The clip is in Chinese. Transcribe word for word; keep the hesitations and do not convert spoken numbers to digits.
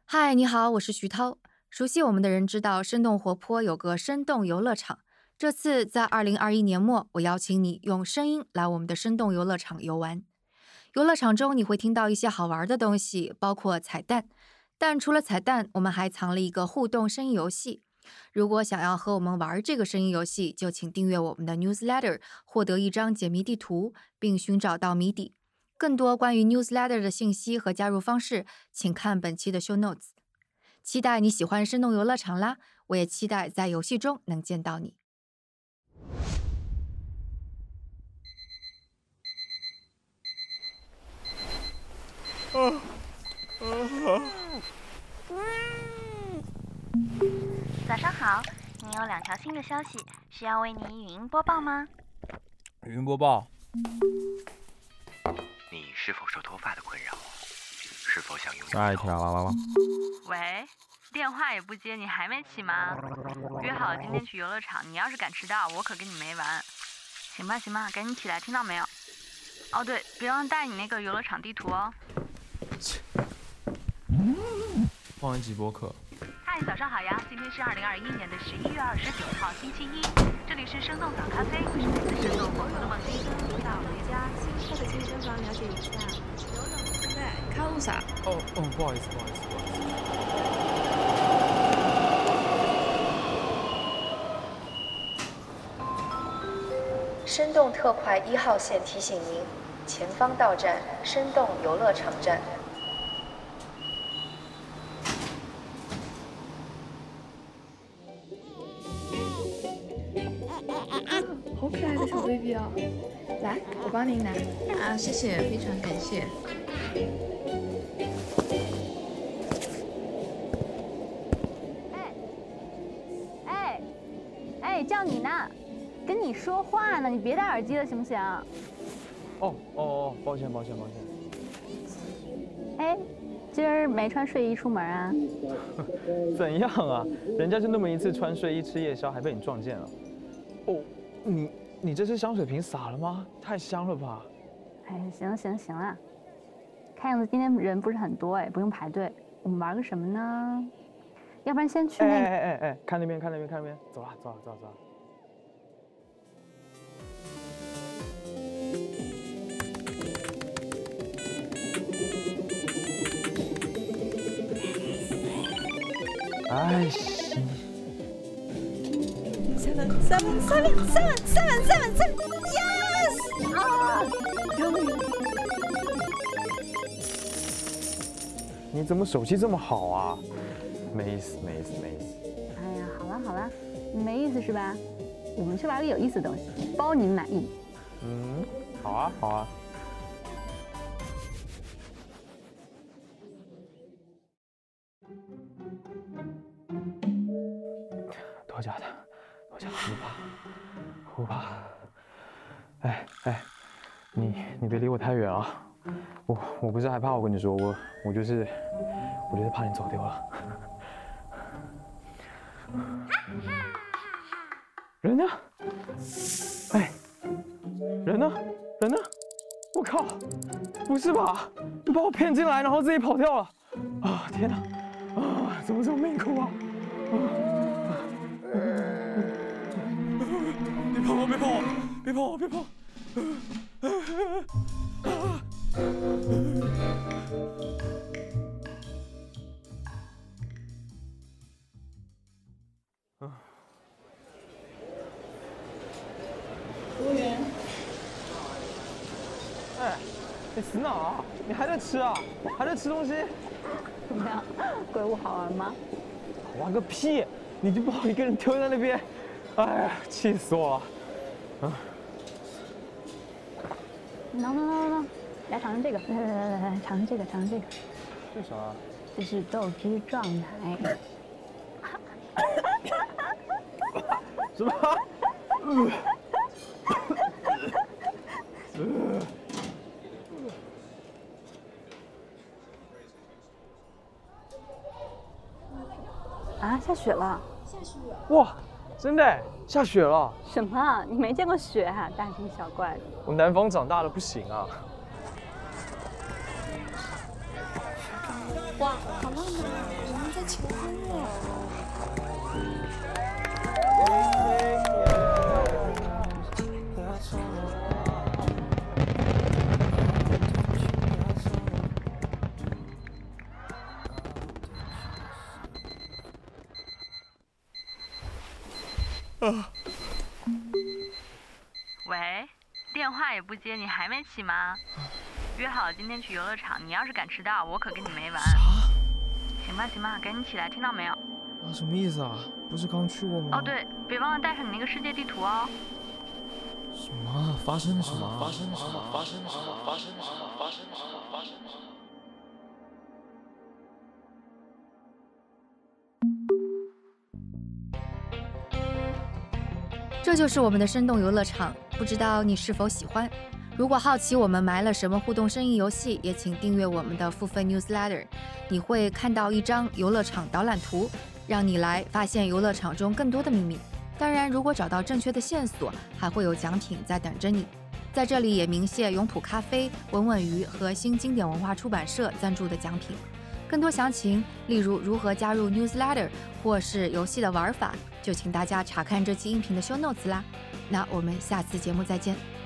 嗨，你好，我是徐涛。熟悉我们的人知道，生动活泼有个生动游乐场。这次在二零二一年末，我邀请你用声音来我们的生动游乐场游玩。游乐场中你会听到一些好玩的东西，包括彩蛋。但除了彩蛋，我们还藏了一个互动声音游戏。如果想要和我们玩这个声音游戏，就请订阅我们的 newsletter，获得一张解谜地图，并寻找到谜底。更多关于 newsletter 的信息和加入方式，请看本期的 show notes。期待你喜欢生动游乐场啦！我也期待在游戏中能见到你。 早上好，您有两条新的消息，需要为您语音播报吗？ 语音播报。 你是否受脱发的困扰？是否想拥有？ 下一条啦啦啦。 喂，电话也不接，你还没起吗？约好了今天去游乐场，你要是敢迟到，我可跟你没完。行吧行吧，赶紧起来，听到没有？哦对，别忘带你那个游乐场地图哦。 放一集播客。 嗨，早上好呀！今天是二零二一年的十一月二十九号，星期一。这里是生动早咖啡，我是来自生动活泼的梦欣。 到我们家新开的健身房了解一下。对，看路啥？ 哦哦，不好意思，不好意思，不好意思。生动特快一号线提醒您，前方到站生动游乐场站。 好可爱的小 baby 哦！来，我帮您拿。 啊，谢谢，非常感谢。 哎，哎，哎，叫你呢，跟你说话呢，你别戴耳机了，行不行？ 思。哦哦哦，抱歉抱歉抱歉。 哎，今儿没穿睡衣出门啊？ 怎样啊？人家就那么一次穿睡衣吃夜宵，还被你撞见了。哦，你你这是香水瓶洒了吗？太香了吧！ 哎，行了行了行了，看样子今天人不是很多哎，不用排队。我们玩个什么呢？要不然先去那个…… 哎哎哎哎，看那边看那边看那边，走了走了走了走了。哎，行。 Seven seven seven seven seven seven seven yes 啊！终于。 你怎么手气这么好啊？没意思，没意思，没意思。 哎呀，好了好了，没意思是吧？我们去玩个有意思的东西，包您满意。 嗯，好啊，好啊。多假的，多假的，不怕，不怕。哎哎，你你别离我太远啊！我我不是害怕，我跟你说，我我就是我就是怕你走丢了。人呢？哎，人呢？人呢？我靠！不是吧？你把我骗进来，然后自己跑掉了！啊天哪！啊，怎么这么命苦啊？别碰我！别碰我！别碰我！别碰我！服务员。哎，你死哪啊？你还在吃啊？还在吃东西？ 怎么样，鬼屋好玩吗？ 玩个屁！你就把我一个人丢在那边，哎呀，气死我了！啊！ 能能能能，来尝尝这个，来来来来来，尝尝这个，尝尝这个。 这啥？ 这是豆汁撞奶。 什么？ 啊，下雪了！ 哇，真的下雪了！ 什么？你没见过雪啊？大惊小怪的。 我南方长大的不行啊！ 哇，好浪漫啊！ 求婚了。 啊！喂，电话也不接，你还没起吗？约好今天去游乐场，你要是敢迟到，我可跟你没完。 啥？ 行吧行吧，赶紧起来，听到没有？ 啊，什么意思啊？不是刚去过吗？ 哦对，别忘了带上你那个世界地图哦。 什么？发生了什么？发生了什么？发生了什么？发生了什么？发生了什么？发生了什么？ 这就是我们的生动游乐场，不知道你是否喜欢？如果好奇我们埋了什么互动声音游戏，也请订阅我们的付费 newsletter， 你会看到一张游乐场导览图，让你来发现游乐场中更多的秘密。当然，如果找到正确的线索，还会有奖品在等着你。在这里也鸣谢永璞咖啡、文文鱼和新经典文化出版社赞助的奖品。更多详情，例如如何加入 newsletter 或是游戏的玩法，就请大家查看这期音频的 show notes 啦。那我们下次节目再见。